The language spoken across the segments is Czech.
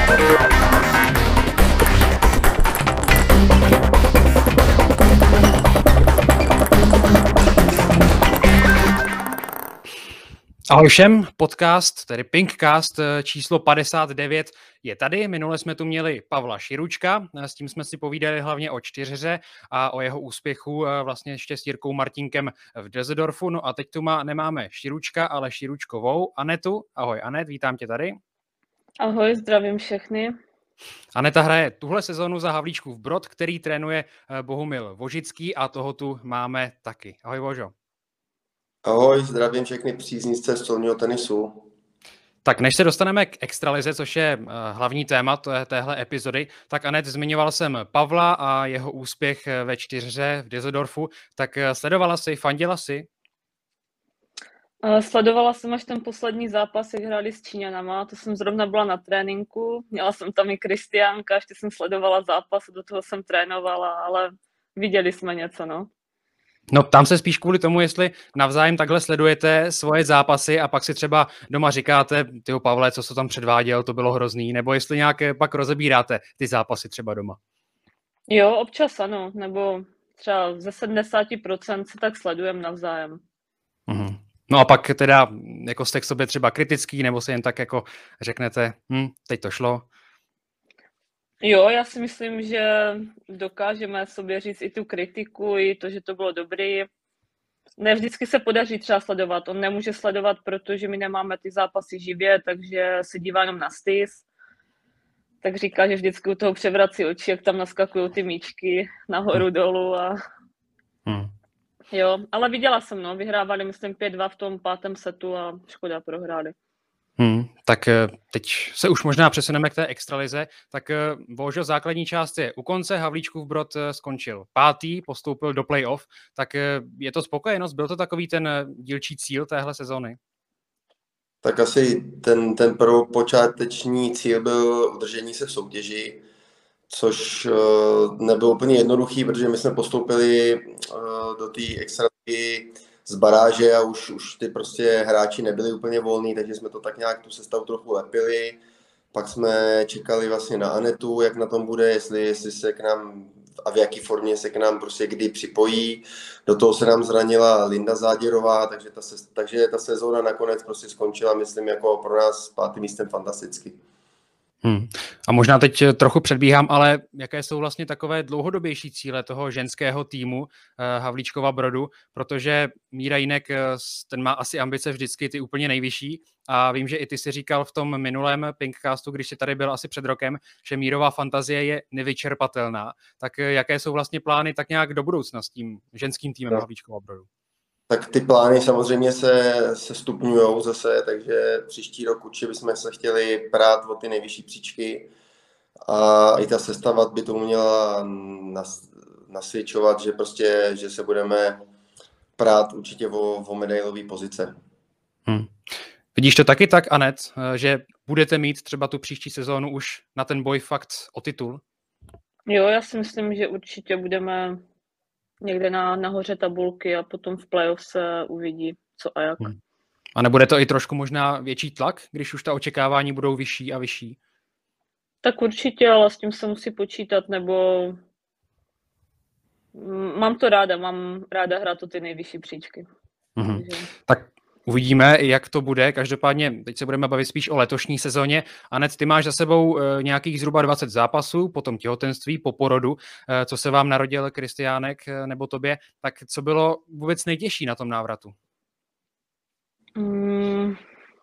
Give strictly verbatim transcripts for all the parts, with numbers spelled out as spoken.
Ahoj všem, podcast, tedy Pinkcast číslo padesát devět je tady. Minule jsme tu měli Pavla Širučka, s tím jsme si povídali hlavně o čtyřhře a o jeho úspěchu vlastně ještě s Jirkou Martinkem v Düsseldorfu. No a teď tu má, nemáme Širučka, ale Širučkovou Anetu. Ahoj Anet, vítám tě tady. Ahoj, zdravím všechny. Aneta hraje tuhle sezonu za Havlíčkův Brod, který trénuje Bohumil Vožický a toho tu máme taky. Ahoj Vožo. Ahoj, zdravím všechny příznivce stolního tenisu. Tak než se dostaneme k extralize, což je hlavní téma téhle epizody, tak Anet, zmiňoval jsem Pavla a jeho úspěch ve čtyřhře v Düsseldorfu, tak sledovala jsi, fandila jsi? Sledovala jsem až ten poslední zápas, jak hráli s Číňanama, to jsem zrovna byla na tréninku, měla jsem tam i Kristiánka, ještě jsem sledovala zápas, do toho jsem trénovala, ale viděli jsme něco, no. No tam se spíš kvůli tomu, jestli navzájem takhle sledujete svoje zápasy a pak si třeba doma říkáte, tyho Pavle, co jsi tam předváděl, to bylo hrozný, nebo jestli nějak pak rozebíráte ty zápasy třeba doma. Jo, občas ano, nebo třeba ze sedmdesát procent se tak sledujeme navzájem. Mhm. No a pak teda jako jste k sobě třeba kritický, nebo si jen tak jako řeknete, hm, teď to šlo. Jo, já si myslím, že dokážeme sobě říct i tu kritiku, i to, že to bylo dobrý. Ne vždycky se podaří třeba sledovat. On nemůže sledovat, protože my nemáme ty zápasy živě, takže se dívá jenom na stys. Tak říká, že vždycky u toho převrací oči, jak tam naskakují ty míčky nahoru, dolů. A... Hmm. Jo, ale viděla jsem, no, vyhrávali myslím pět dva v tom pátém setu a škoda, prohráli. Hmm, tak teď se už možná přesuneme k té extralize. Tak bohužel základní část je u konce, Havlíčkův Brod skončil pátý, postoupil do play-off. Tak je to spokojenost? Byl to takový ten dílčí cíl téhle sezony? Tak asi ten, ten prvopočáteční cíl byl udržení se v soutěži, což nebylo úplně jednoduchý, protože my jsme postoupili do té extraligy z baráže a už, už ty prostě hráči nebyli úplně volní, takže jsme to tak nějak tu sestavu trochu lepili. Pak jsme čekali vlastně na Anetu, jak na tom bude, jestli, jestli se k nám a v jaký formě se k nám prostě kdy připojí. Do toho se nám zranila Linda Záděrová, takže ta, se, takže ta sezóna nakonec prostě skončila, myslím, jako pro nás pátým místem fantasticky. Hmm. A možná teď trochu předbíhám, ale jaké jsou vlastně takové dlouhodobější cíle toho ženského týmu uh, Havlíčkova Brodu, protože Míra Jinek, ten má asi ambice vždycky ty úplně nejvyšší a vím, že i ty si říkal v tom minulém Pinkcastu, když jsi tady byl asi před rokem, že Mírová fantazie je nevyčerpatelná. Tak jaké jsou vlastně plány tak nějak do budoucna s tím ženským týmem no. Havlíčkova Brodu? Tak ty plány samozřejmě se, se stupňujou zase, takže příští rok určitě bychom se chtěli prát o ty nejvyšší příčky a i ta sestava by tomu měla nas, nasvědčovat, že prostě, že se budeme prát určitě o, o medailové pozice. Hmm. Vidíš to taky tak, Anet, že budete mít třeba tu příští sezónu už na ten boj fakt o titul? Jo, já si myslím, že určitě budeme někde na, nahoře tabulky a potom v playoff se uvidí, co a jak. Hmm. A nebude to i trošku možná větší tlak, když už ta očekávání budou vyšší a vyšší? Tak určitě, ale s tím se musí počítat, nebo mám to ráda, mám ráda hrát o ty nejvyšší příčky. Hmm. Takže... Tak uvidíme, jak to bude. Každopádně teď se budeme bavit spíš o letošní sezóně. Anet, ty máš za sebou nějakých zhruba dvacet zápasů, potom těhotenství, po porodu, co se vám narodil Kristiánek nebo tobě. Tak co bylo vůbec nejtěžší na tom návratu? Hmm.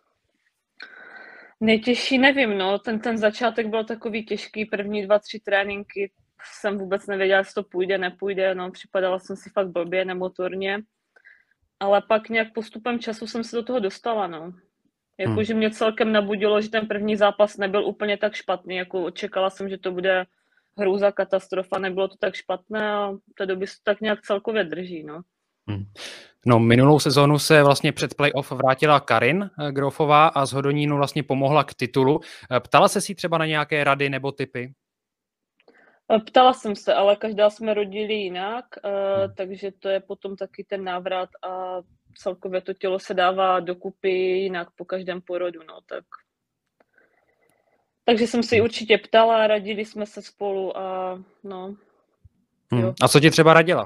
Nejtěžší nevím, no. Ten, ten začátek byl takový těžký, první dva, tři tréninky jsem vůbec nevěděla, jestli to půjde, nepůjde, no. Připadala jsem si fakt blbě, nemotorně. Ale pak nějak postupem času jsem se do toho dostala, no. Jakože hmm. mě celkem nabudilo, že ten první zápas nebyl úplně tak špatný, jako očekala jsem, že to bude hrůza, katastrofa, nebylo to tak špatné a v té době se tak nějak celkově drží, no. Hmm. No, minulou sezónu se vlastně před playoff vrátila Karin Grofová a z Hodonínu vlastně pomohla k titulu. Ptala se si třeba na nějaké rady nebo tipy? Ptala jsem se, ale každá jsme rodili jinak, hmm. takže to je potom taky ten návrat a celkově to tělo se dává dokupy jinak po každém porodu, no, tak Takže jsem si určitě ptala, radili jsme se spolu a no. Hmm. A co ti třeba radila?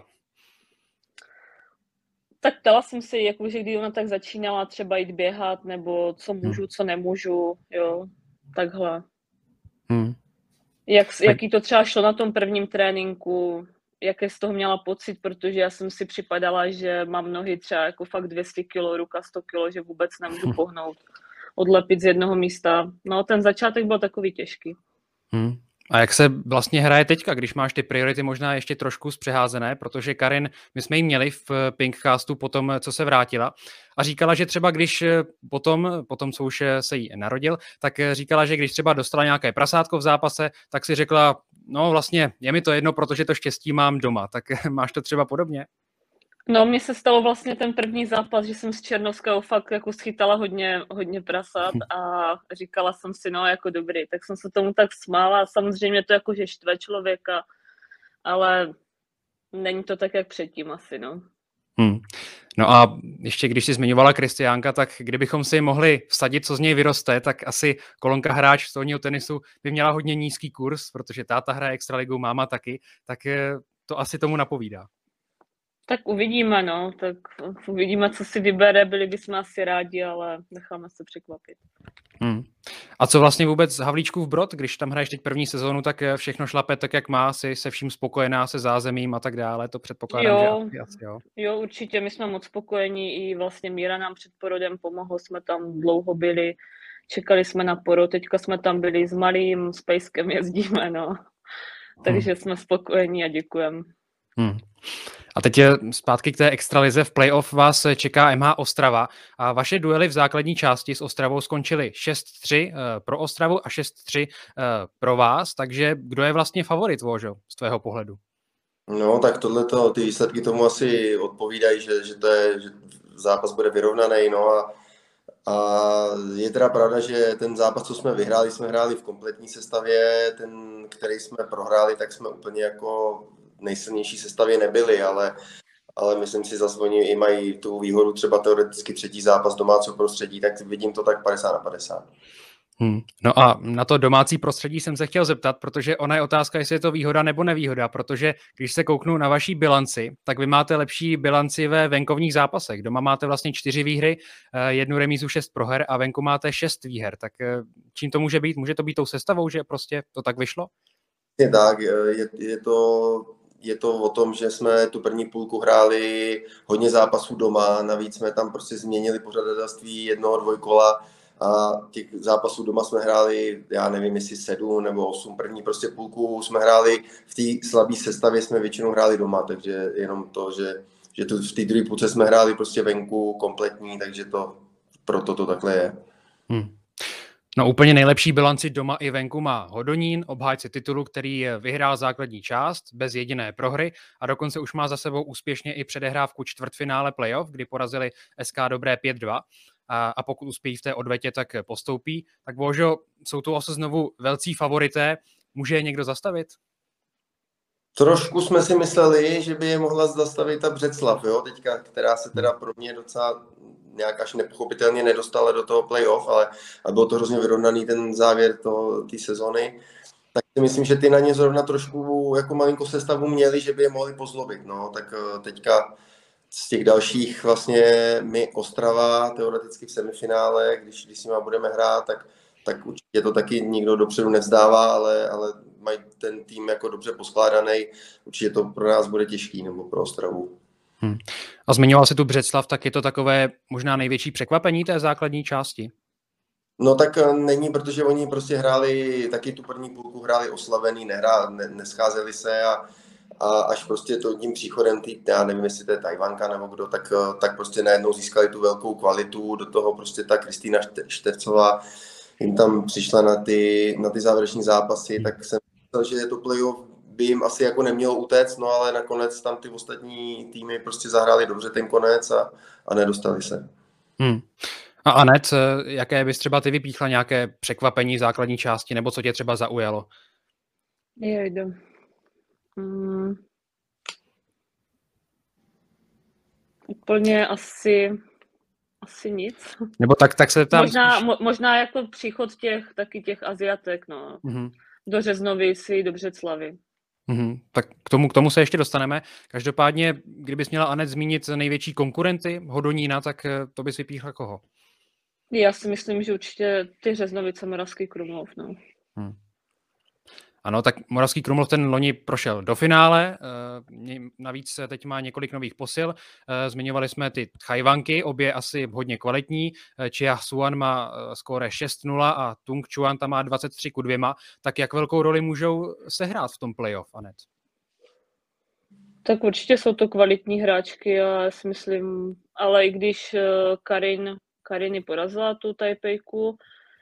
Tak ptala jsem se, jakože kdy ona tak začínala třeba jít běhat, nebo co můžu, hmm. co nemůžu, jo, takhle. Hmm. Jak, jaký to třeba šlo na tom prvním tréninku, jaké z toho měla pocit, protože já jsem si připadala, že mám nohy třeba jako fakt dvě stě kilo, ruka sto kilo, že vůbec nemůžu pohnout, odlepit z jednoho místa. No ten začátek byl takový těžký. Hmm. A jak se vlastně hraje teďka, když máš ty priority možná ještě trošku zpřeházené, protože Karin, my jsme ji měli v Pinkcastu po tom, co se vrátila a říkala, že třeba když potom, potom co už se jí narodil, tak říkala, že když třeba dostala nějaké prasátko v zápase, tak si řekla, no vlastně je mi to jedno, protože to štěstí mám doma. Tak máš to třeba podobně? No, mně se stalo vlastně ten první zápas, že jsem z Černovského fakt jako schytala hodně, hodně prasat a říkala jsem si, no jako dobrý, tak jsem se tomu tak smála. Samozřejmě to jako, že štve člověka, ale není to tak, jak předtím asi, no. Hmm. No a ještě když jsi zmiňovala Kristiánka, tak kdybychom si mohli vsadit, co z něj vyroste, tak asi Kolonka hráč stolního tenisu by měla hodně nízký kurz, protože táta hraje extraligu, máma taky, tak to asi tomu napovídá. Tak uvidíme, no, tak uvidíme, co si vybere, byli bychom asi rádi, ale necháme se překvapit. Hmm. A co vlastně vůbec Havlíčkův Brod, když tam hraješ teď první sezónu, tak všechno šlape tak, jak má, si se vším spokojená, se zázemím a tak dále, to předpokládám, jo, že asi, jo. Jo, určitě, my jsme moc spokojení, i vlastně Míra nám před porodem pomohl, jsme tam dlouho byli, čekali jsme na porod, teďka jsme tam byli s malým, s pejskem jezdíme, no, takže hmm. jsme spokojení a děkujeme. Hmm. A teď je zpátky k té extralize. V playoff vás čeká M H Ostrava a vaše duely v základní části s Ostravou skončily šest tři pro Ostravu a šest tři pro vás, takže kdo je vlastně favorit, Vožo, z tvého pohledu? No, tak tohleto, ty výsledky tomu asi odpovídají, že, že, to je, že zápas bude vyrovnaný, no a, a je teda pravda, že ten zápas, co jsme vyhráli, jsme hráli v kompletní sestavě, ten, který jsme prohráli, tak jsme úplně jako nejsilnější sestavě nebyli, ale, ale myslím si, zase oni i mají tu výhodu, třeba teoreticky třetí zápas domácího prostředí, tak vidím to tak padesát na padesát. Hmm. No a na to domácí prostředí jsem se chtěl zeptat, protože ona je otázka, jestli je to výhoda nebo nevýhoda, protože když se kouknu na vaší bilanci, tak vy máte lepší bilanci ve venkovních zápasech. Doma máte vlastně čtyři výhry, jednu remízu, šest proher a venku máte šest výher. Tak čím to může být? Může to být tou sestavou, že prostě to tak vyšlo? Je tak, je, je to... Je to o tom, že jsme tu první půlku hráli hodně zápasů doma, navíc jsme tam prostě změnili pořadatelství jednoho dvojkola a těch zápasů doma jsme hráli, já nevím, jestli sedm nebo osm, první prostě půlku jsme hráli, v té slabé sestavě jsme většinou hráli doma, takže jenom to, že, že tu, v té druhé půlce jsme hráli prostě venku kompletní, takže to proto to takhle je. Hmm. No úplně nejlepší bilanci doma i venku má Hodonín, obhájce titulu, který vyhrál základní část bez jediné prohry a dokonce už má za sebou úspěšně i předehrávku čtvrtfinále playoff, kdy porazili S K Dobré pět dva a, a pokud uspějí v té odvetě, tak postoupí. Tak Božo, jsou tu asi znovu velcí favorité, může je někdo zastavit? Trošku jsme si mysleli, že by je mohla zastavit ta Břeclav, jo, teďka, která se teda pro mě docela nějak až nepochopitelně nedostala do toho playoff, ale, ale bylo to hrozně vyrovnaný ten závěr té sezony. Tak si myslím, že ty na ně zrovna trošku jako malinkou sestavu měli, že by je mohli pozlobit. No. Tak teďka z těch dalších vlastně my Ostrava teoreticky v semifinále, když, když s nima budeme hrát, tak, tak určitě to taky nikdo dopředu nevzdává, ale, ale mají ten tým jako dobře poskládaný. Určitě to pro nás bude těžký, nebo pro Ostravu. Hmm. A zmiňoval jsi tu Břeclav, tak je to takové možná největší překvapení té základní části? No tak není, protože oni prostě hráli, taky tu první půlku hráli oslavený, nehrá, ne, nescházeli se a, a až prostě to tím příchodem, tý, já nevím, jestli to je Tajvanka nebo kdo, tak, tak prostě najednou získali tu velkou kvalitu, do toho prostě ta Kristýna Števcová jim tam přišla na ty, na ty závěreční zápasy, tak jsem myslel, že to playoff by jim asi jako nemělo utéct, no ale nakonec tam ty ostatní týmy prostě zahráli dobře ten konec a, a nedostali se. Hmm. A Anet, jaké bys třeba ty vypíchla nějaké překvapení základní části, nebo co tě třeba zaujalo? Jejdo. Hmm. Úplně asi, asi nic. Nebo tak, tak se tam Možná, spíš... mo, možná jako příchod těch, taky těch Aziatek, no. Mm-hmm. Do Řeznovici, do Břeclavy. Mm-hmm. Tak k tomu, k tomu se ještě dostaneme. Každopádně, kdybys měla, Anet, zmínit největší konkurenty Hodonína, tak to bys vypíchla koho? Já si myslím, že určitě ty Řeznovice, Moravský Krumlov, no. Hmm. Ano, tak Moravský Krumlov ten loni prošel do finále, navíc teď má několik nových posil. Zmiňovali jsme ty Chajvanky, obě asi hodně kvalitní. Chia Suan má skóre šest nula a Tung Chuan tam má dvacet tři ku dvěma. Tak jak velkou roli můžou sehrát v tom playoff, Anet? Tak určitě jsou to kvalitní hráčky a já si myslím, ale i když Karin, Karin porazila tu Tajpejku,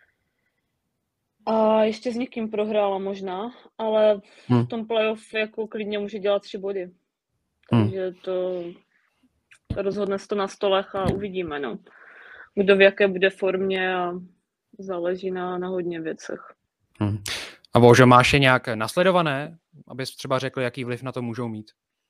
a ještě s někým prohrála možná, ale v tom playoff jako klidně může dělat tři body. Takže to rozhodne se to na stolech a uvidíme, no. Kdo v jaké bude formě a záleží na, na hodně věcech. Hmm. A Božo, máš je nějak nasledované, abys třeba řekl, jaký vliv na to můžou mít?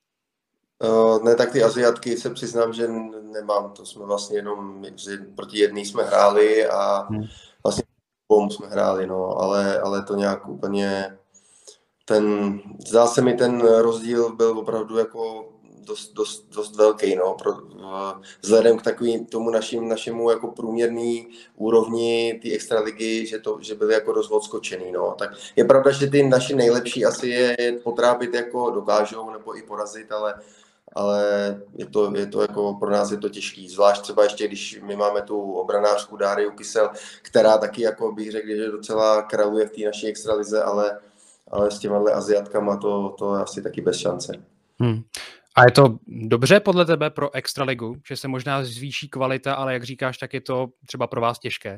Uh, ne, tak ty Aziatky se přiznám, že nemám. To jsme vlastně jenom, proti jedný jsme hráli a hmm. vlastně bom jsme hráli, no, ale, ale to nějak úplně, ten, zdá se mi ten rozdíl byl opravdu jako dost, dost, dost velký, no, pro, vzhledem k takovým tomu našim, našemu jako průměrný úrovni té extraligy, že to, že byli jako dost odskočený, no, tak je pravda, že ty naši nejlepší asi je potrápit jako dokážou, nebo i porazit, ale ale je to, je to jako pro nás je to těžký, zvlášť třeba ještě, když my máme tu obranářku Dáriu Kysel, která taky, jako bych řekl, že docela králuje v té naší extralize, ale, ale s těma Aziatkama to, to je asi taky bez šance. Hmm. A je to dobře podle tebe pro extraligu, že se možná zvýší kvalita, ale jak říkáš, tak je to třeba pro vás těžké?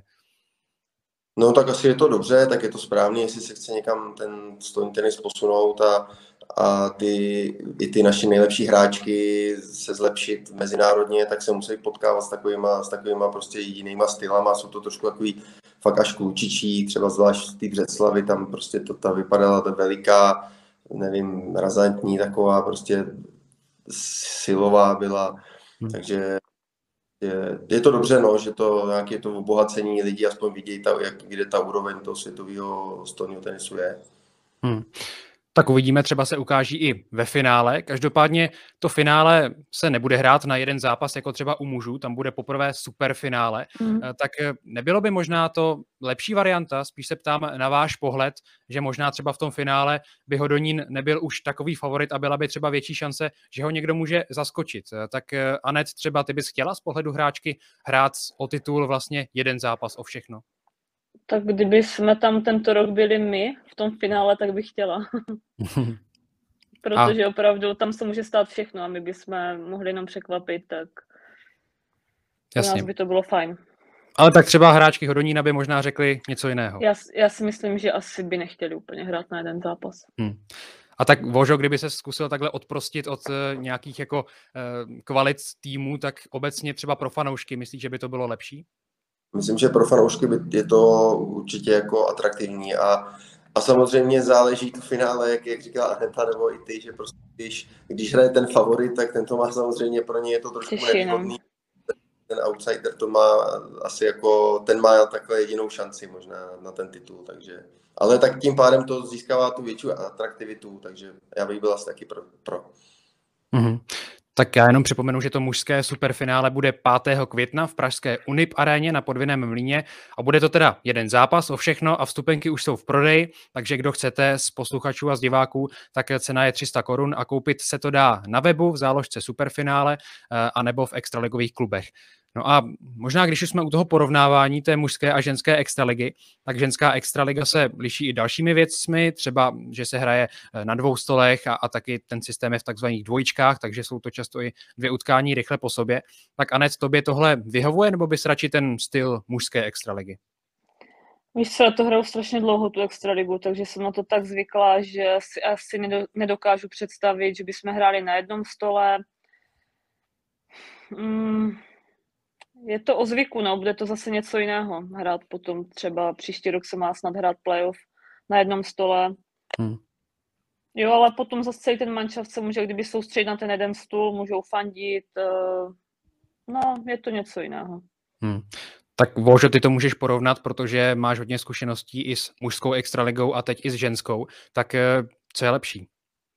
No tak asi je to dobře, tak je to správně, jestli se chce někam ten stolní tenis posunout a a ty, i ty naši nejlepší hráčky se zlepšit mezinárodně, tak se musí potkávat s takovýma, s takovýma prostě jinýma stylama. Jsou to trošku takový fakt až klučičí, třeba zvlášť v té Břeclavi, tam prostě to ta vypadala ta veliká, nevím, razantní taková, prostě silová byla. Hmm. Takže je, je to dobře, no, že to nějaké to obohacení lidí aspoň vidějí, ta, jak, kde ta úroveň toho světového stolního tenisu je. Hmm. Tak uvidíme, třeba se ukáží i ve finále. Každopádně to finále se nebude hrát na jeden zápas, jako třeba u mužů, tam bude poprvé superfinále. Mm. Tak nebylo by možná to lepší varianta, spíš se ptám na váš pohled, že možná třeba v tom finále by Hodonín nebyl už takový favorit a byla by třeba větší šance, že ho někdo může zaskočit. Tak Anet, třeba ty bys chtěla z pohledu hráčky hrát o titul vlastně jeden zápas o všechno? Tak kdyby jsme tam tento rok byli my v tom finále, tak bych chtěla. Protože a... opravdu tam se může stát všechno a my bychom mohli jenom překvapit, tak pro nás by to bylo fajn. Ale tak třeba hráčky Hodonína by možná řekli něco jiného. Já, já si myslím, že asi by nechtěli úplně hrát na jeden zápas. Hmm. A tak Vožo, kdyby se zkusil takhle odprostit od uh, nějakých jako uh, kvalit týmů, tak obecně třeba pro fanoušky, myslíš, že by to bylo lepší? Myslím, že pro fanoušky je to určitě jako atraktivní a, a samozřejmě záleží to finále, jak, jak říkala Aneta, nebo i ty, že prostě když, když hraje ten favorit, tak ten to má samozřejmě, pro ně je to trošku nevýhodný. Ten outsider to má asi jako, ten má takhle jedinou šanci možná na ten titul, takže, ale tak tím pádem to získává tu větší atraktivitu, takže já bych byl asi taky pro. pro. Mm-hmm. Tak já jenom připomenu, že to mužské superfinále bude pátého května v pražské Unip aréně na Podvinném Mlýně a bude to teda jeden zápas o všechno a vstupenky už jsou v prodeji, takže kdo chcete z posluchačů a z diváků, tak cena je tři sta korun a koupit se to dá na webu v záložce superfinále anebo v extraligových klubech. No a možná, když už jsme u toho porovnávání té mužské a ženské extraligy, tak ženská extraliga se liší i dalšími věcmi, třeba, že se hraje na dvou stolech a, a taky ten systém je v takzvaných dvojčkách, takže jsou to často i dvě utkání rychle po sobě. Tak Anet, tobě tohle vyhovuje, nebo bys radši ten styl mužské extraligy? Víš co, já to hraju strašně dlouho, tu extraligu, takže jsem na to tak zvykla, že si asi nedokážu představit, že bychom hráli na jednom stole. Hmm. Je to o zvyku, no, bude to zase něco jiného. Hrát potom třeba příští rok se má snad hrát playoff na jednom stole. Hmm. Jo, ale potom zase celý ten manšaft se může, kdyby soustředit na ten jeden stůl, můžou fandit. No, je to něco jiného. Hmm. Tak Vožo, ty to můžeš porovnat, protože máš hodně zkušeností i s mužskou extraligou a teď i s ženskou. Tak co je lepší?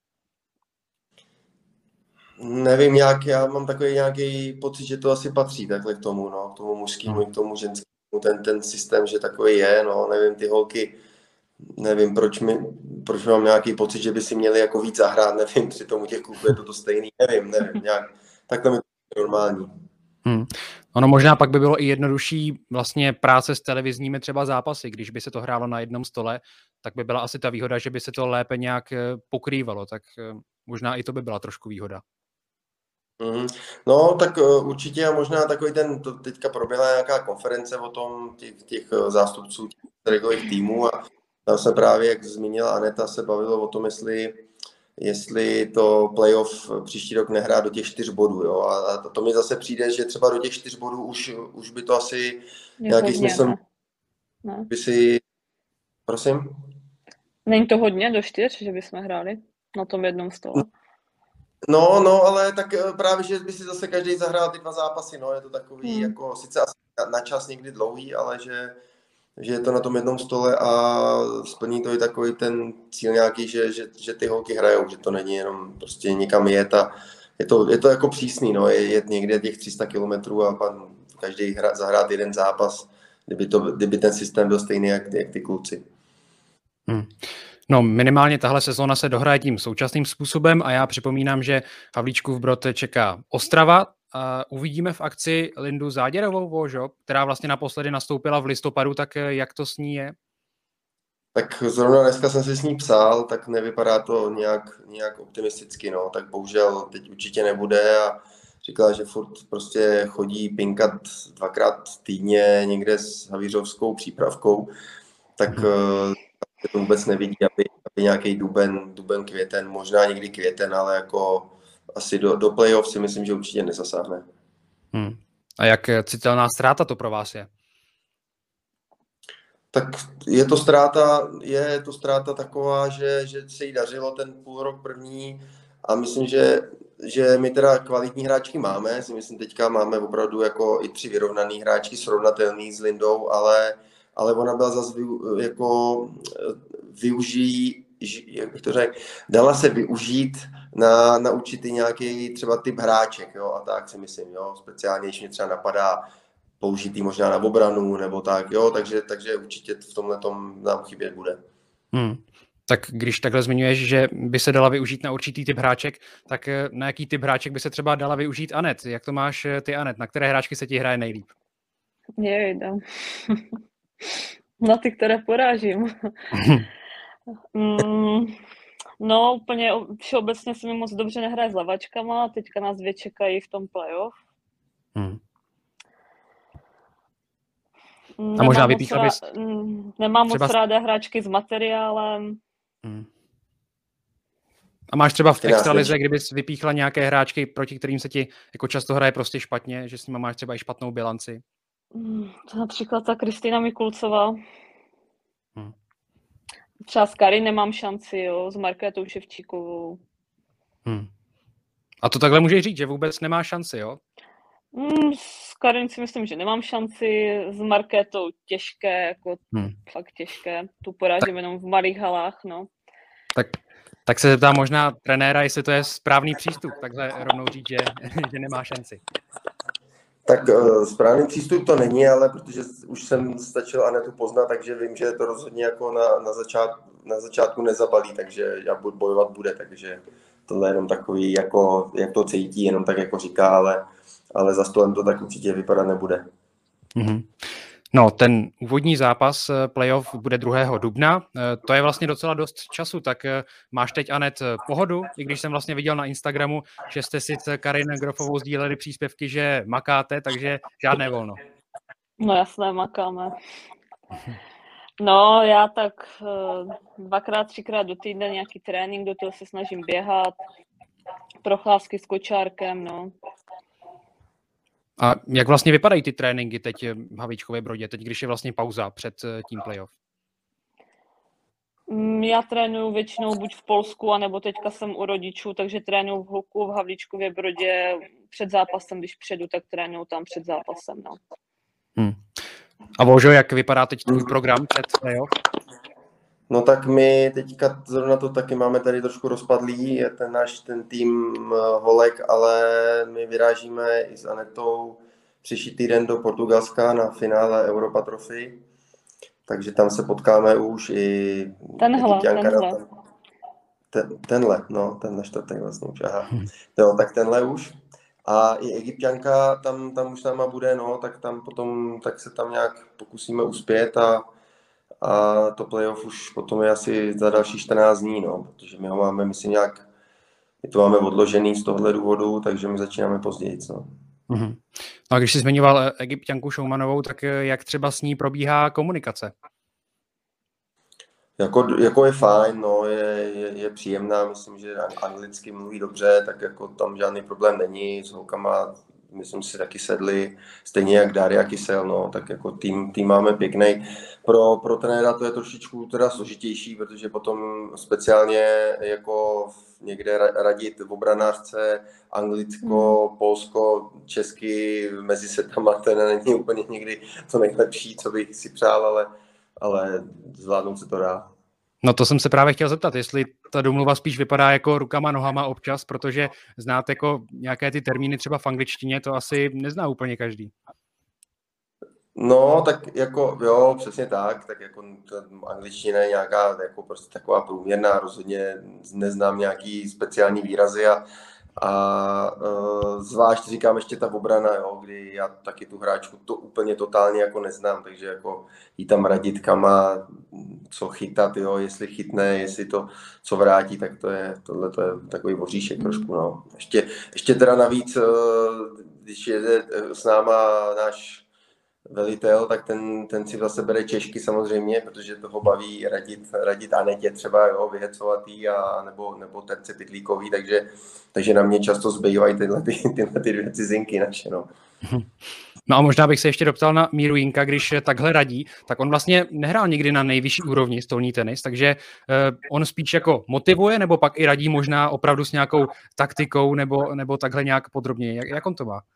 Nevím, jak, já mám takový nějaký pocit, že to asi patří takhle k tomu, no, k tomu mužskému Hmm. i k tomu ženskému, ten, ten systém, že takový je, no, nevím, ty holky, nevím, proč, mi, proč mám nějaký pocit, že by si měli jako víc zahrát, nevím, při tomu těch kluků je to to stejný, nevím, nevím, nějak, tak to mi je normální. Hmm. Ono možná pak by bylo i jednodušší vlastně práce s televizními třeba zápasy, když by se to hrálo na jednom stole, tak by byla asi ta výhoda, že by se to lépe nějak pokrývalo, tak možná i to by byla trošku výhoda. Mm, no, tak uh, určitě a možná takový ten, to teďka proběhla nějaká konference o tom těch, těch zástupců těch týmů a tam se právě, jak zmínila Aneta, se bavilo o tom, jestli jestli to playoff příští rok nehrá do těch čtyř bodů. Jo? A to mi zase přijde, že třeba do těch čtyř bodů už, už by to asi je nějaký hodně, smysl ne? Ne. by si... Prosím? Není to hodně do čtyř, že bychom hráli na tom jednom stole? No, no, ale tak právě, že by si zase každý zahrál ty dva zápasy, no, je to takový, hmm. jako sice asi na čas někdy dlouhý, ale že, že je to na tom jednom stole a splní to i takový ten cíl nějaký, že, že, že ty holky hrajou, že to není jenom prostě někam jet a je to, je to jako přísný, no, je jet někde těch tři sta kilometrů a pan každý hra, zahrát jeden zápas, kdyby, to, kdyby ten systém byl stejný jak, jak ty kluci. Hmm. No minimálně tahle sezóna se dohraje tím současným způsobem a já připomínám, že Havlíčkův Brod čeká Ostrava. A uvidíme v akci Lindu Záděrovou, Vožo, která vlastně naposledy nastoupila v listopadu, tak jak to s ní je? Tak zrovna dneska jsem si s ní psal, tak nevypadá to nějak, nějak optimisticky, no, tak bohužel teď určitě nebude a říkala, že furt prostě chodí pinkat dvakrát týdně někde s havířovskou přípravkou, tak hmm. to vůbec nevidí, aby, aby nějaký duben, duben, květen, možná někdy květen, ale jako asi do, do playoff si myslím, že určitě nezasáhne. Hmm. A jak citelná ztráta to pro vás je? Tak je to ztráta, je to ztráta taková, že, že se jí dařilo ten půl rok první a myslím, že, že my teda kvalitní hráčky máme, si myslím teďka máme opravdu jako i tři vyrovnaný hráčky srovnatelný s Lindou, ale, ale ona byla zase vy, jako využijí, jak bych to řekl, dala se využít na, na určitý nějaký třeba typ hráček, jo, a tak si myslím, jo, speciálně, když mě třeba napadá použitý možná na obranu nebo tak, jo, takže, takže určitě v tomhletom nám chybět bude. Hmm. Tak když takhle zmiňuješ, že by se dala využít na určitý typ hráček, tak na jaký typ hráček by se třeba dala využít Anet? Jak to máš ty, Anet? Na které hráčky se ti hraje nejlíp? Jejda. Na ty, které porážím. mm, no úplně všeobecně se mi moc dobře nehraje s lavačkama, teďka nás dvě čekají v tom playoff. Hmm. A možná vypíchla bys... Nemám třeba... moc ráda hráčky s materiálem. Hmm. A máš třeba v extralize, kdybys vypíchla nějaké hráčky, proti kterým se ti jako často hraje prostě špatně, že s nimi máš třeba i špatnou bilanci? Hmm, například ta Kristýna Mikulcová. Hmm. Třeba s Kary nemám šanci, jo, s Markétou Ševčíkovou. Hmm. A to takhle můžeš říct, že vůbec nemá šanci, jo? Hmm, s Karin si myslím, že nemám šanci, s Markétou těžké, jako hmm. fakt těžké. Tu porážím tak, jenom v malých halách, no. Tak, tak se zeptám možná trenéra, jestli to je správný přístup, takhle rovnou říct, že, že nemá šanci. Tak uh, správný přístup to není, ale protože už jsem stačil Anetu poznat, takže vím, že to rozhodně jako na, na, začát, na začátku nezabalí, takže já budu bojovat bude, takže tohle je jenom takový, jako, jak to cítí, jenom tak jako říká, ale ale za stolem to tak určitě vypadat nebude. Mm-hmm. No, ten úvodní zápas playoff bude druhého dubna. To je vlastně docela dost času, tak máš teď, Anet, pohodu, i když jsem vlastně viděl na Instagramu, že jste si s Karin Grofovou sdíleli příspěvky, že makáte, takže žádné volno. No jasné, makáme. No, já tak dvakrát, třikrát do týdne nějaký trénink, do toho se snažím běhat, procházky s kočárkem, no. A jak vlastně vypadají ty tréninky teď v Havlíčkově Brodě, teď když je vlastně pauza před tím playoff? Já trénuju většinou buď v Polsku, anebo teďka jsem u rodičů, takže trénuju v Huku v Havlíčkově Brodě před zápasem, když předu, tak trénuju tam před zápasem, no. Hmm. A Božo, jak vypadá teď tvůj program před playoff? No tak my teďka zrovna to taky máme tady trošku rozpadlý, je ten náš ten tým Holek, ale my vyrážíme i s Anetou příští týden do Portugalska na finále Europa Trophy, takže tam se potkáme už i... Tenhle, tenhle. Ten, tenhle, no, tenhle čtvrtek vlastně už, aha. Jo, tak tenhle už. A i Egypťanka tam, tam už náma bude, no, tak tam potom, tak se tam nějak pokusíme uspět a A to playoff už potom je asi za další čtrnáct dní, no, protože my ho máme, myslím, nějak, my to máme odložený z tohohle důvodu, takže my začínáme později, no. Mm-hmm. No a když jsi zmiňoval Egypťanku Šoumanovou, tak jak třeba s ní probíhá komunikace? Jako, jako je fajn, no, je, je, je příjemná, myslím, že anglicky mluví dobře, tak jako tam žádný problém není, s holkama, myslím si, taky sedli, stejně jak Daria Kysel, no, tak jako tým, tým máme pěkný. Pro, pro trenéra to je trošičku teda složitější, protože potom speciálně jako někde radit v obranářce Anglicko, hmm. Polsko, Česky mezi setama, to není úplně někdy to nejlepší, co bych si přál, ale, ale zvládnout se to dá. No to jsem se právě chtěl zeptat, jestli ta domluva spíš vypadá jako rukama, nohama občas, protože znáte jako nějaké ty termíny třeba v angličtině, to asi nezná úplně každý. No, tak jako, jo, přesně tak, tak jako angličtina je nějaká jako prostě taková průměrná, rozhodně neznám nějaký speciální výrazy a, a uh, zvlášť říkám ještě ta obrana, jo, kdy já taky tu hráčku to úplně totálně jako neznám, takže jako jí tam radit kam má, co chytat, jo, jestli chytne, jestli to co vrátí, tak to je, tohle to je takový voříšek trošku, no. Ještě, ještě teda navíc, když jede s náma náš velitel, tak ten, ten si zase bere Češky samozřejmě, protože toho baví radit, radit Anetě třeba, jo, vyhecovatý a nebo, nebo Terce Pytlíkový, takže, takže na mě často zbývají tyhle, ty, tyhle ty dvě cizinky naše, no. No a možná bych se ještě doptal na Míru Jinka, když takhle radí, tak on vlastně nehrál nikdy na nejvyšší úrovni stolní tenis, takže uh, on spíš jako motivuje, nebo pak i radí možná opravdu s nějakou taktikou, nebo, nebo takhle nějak podrobněji. Jak, jak on to má?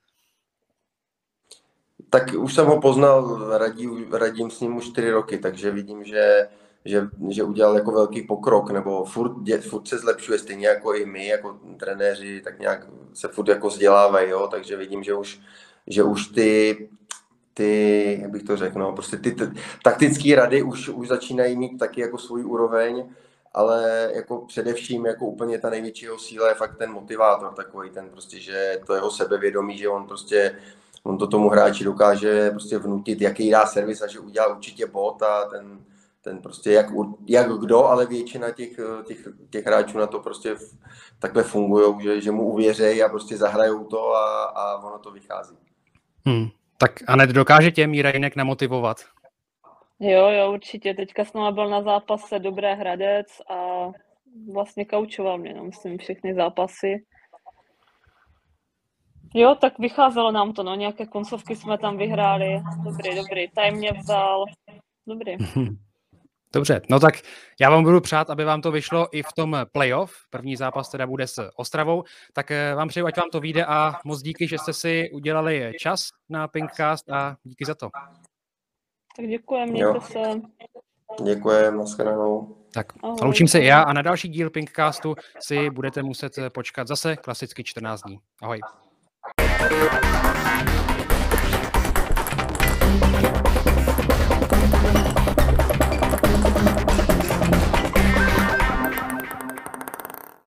Tak už jsem ho poznal, radí, radím s ním už čtyři roky, takže vidím, že, že, že udělal jako velký pokrok, nebo furt, furt se zlepšuje, stejně jako i my, jako trenéři, tak nějak se furt jako vzdělávají, jo, takže vidím, že už, že už ty, ty, jak bych to řekl, no, prostě ty, ty taktické rady už, už začínají mít taky jako svůj úroveň, ale jako především jako úplně ta největšího síla je fakt ten motivátor takový, ten prostě, že to jeho sebevědomí, že on prostě on to tomu hráči dokáže prostě vnutit, jaký dá servis a že udělá určitě bod a ten, ten prostě jak, jak kdo, ale většina těch, těch, těch hráčů na to prostě takhle fungují, že, že mu uvěřejí a prostě zahrajou to a, a ono to vychází. Hmm. Tak Anet, dokáže tě Míra Jinek namotivovat? Jo, jo, určitě. Teďka s náma byl na zápase Dobré Hradec a vlastně kaučoval mě, no, myslím, všechny zápasy. Jo, tak vycházelo nám to, no, nějaké koncovky jsme tam vyhráli, dobrý, dobrý, time mě vzal, dobrý. Dobře, no tak já vám budu přát, aby vám to vyšlo i v tom playoff, první zápas teda bude s Ostravou, tak vám přeju, ať vám to vyjde a moc díky, že jste si udělali čas na Pinkcast a díky za to. Tak děkujem, mějte se. Děkujem, nashledanou. Tak a loučím se já a na další díl Pinkcastu si budete muset počkat zase klasicky čtrnáct dní. Ahoj. Thank you.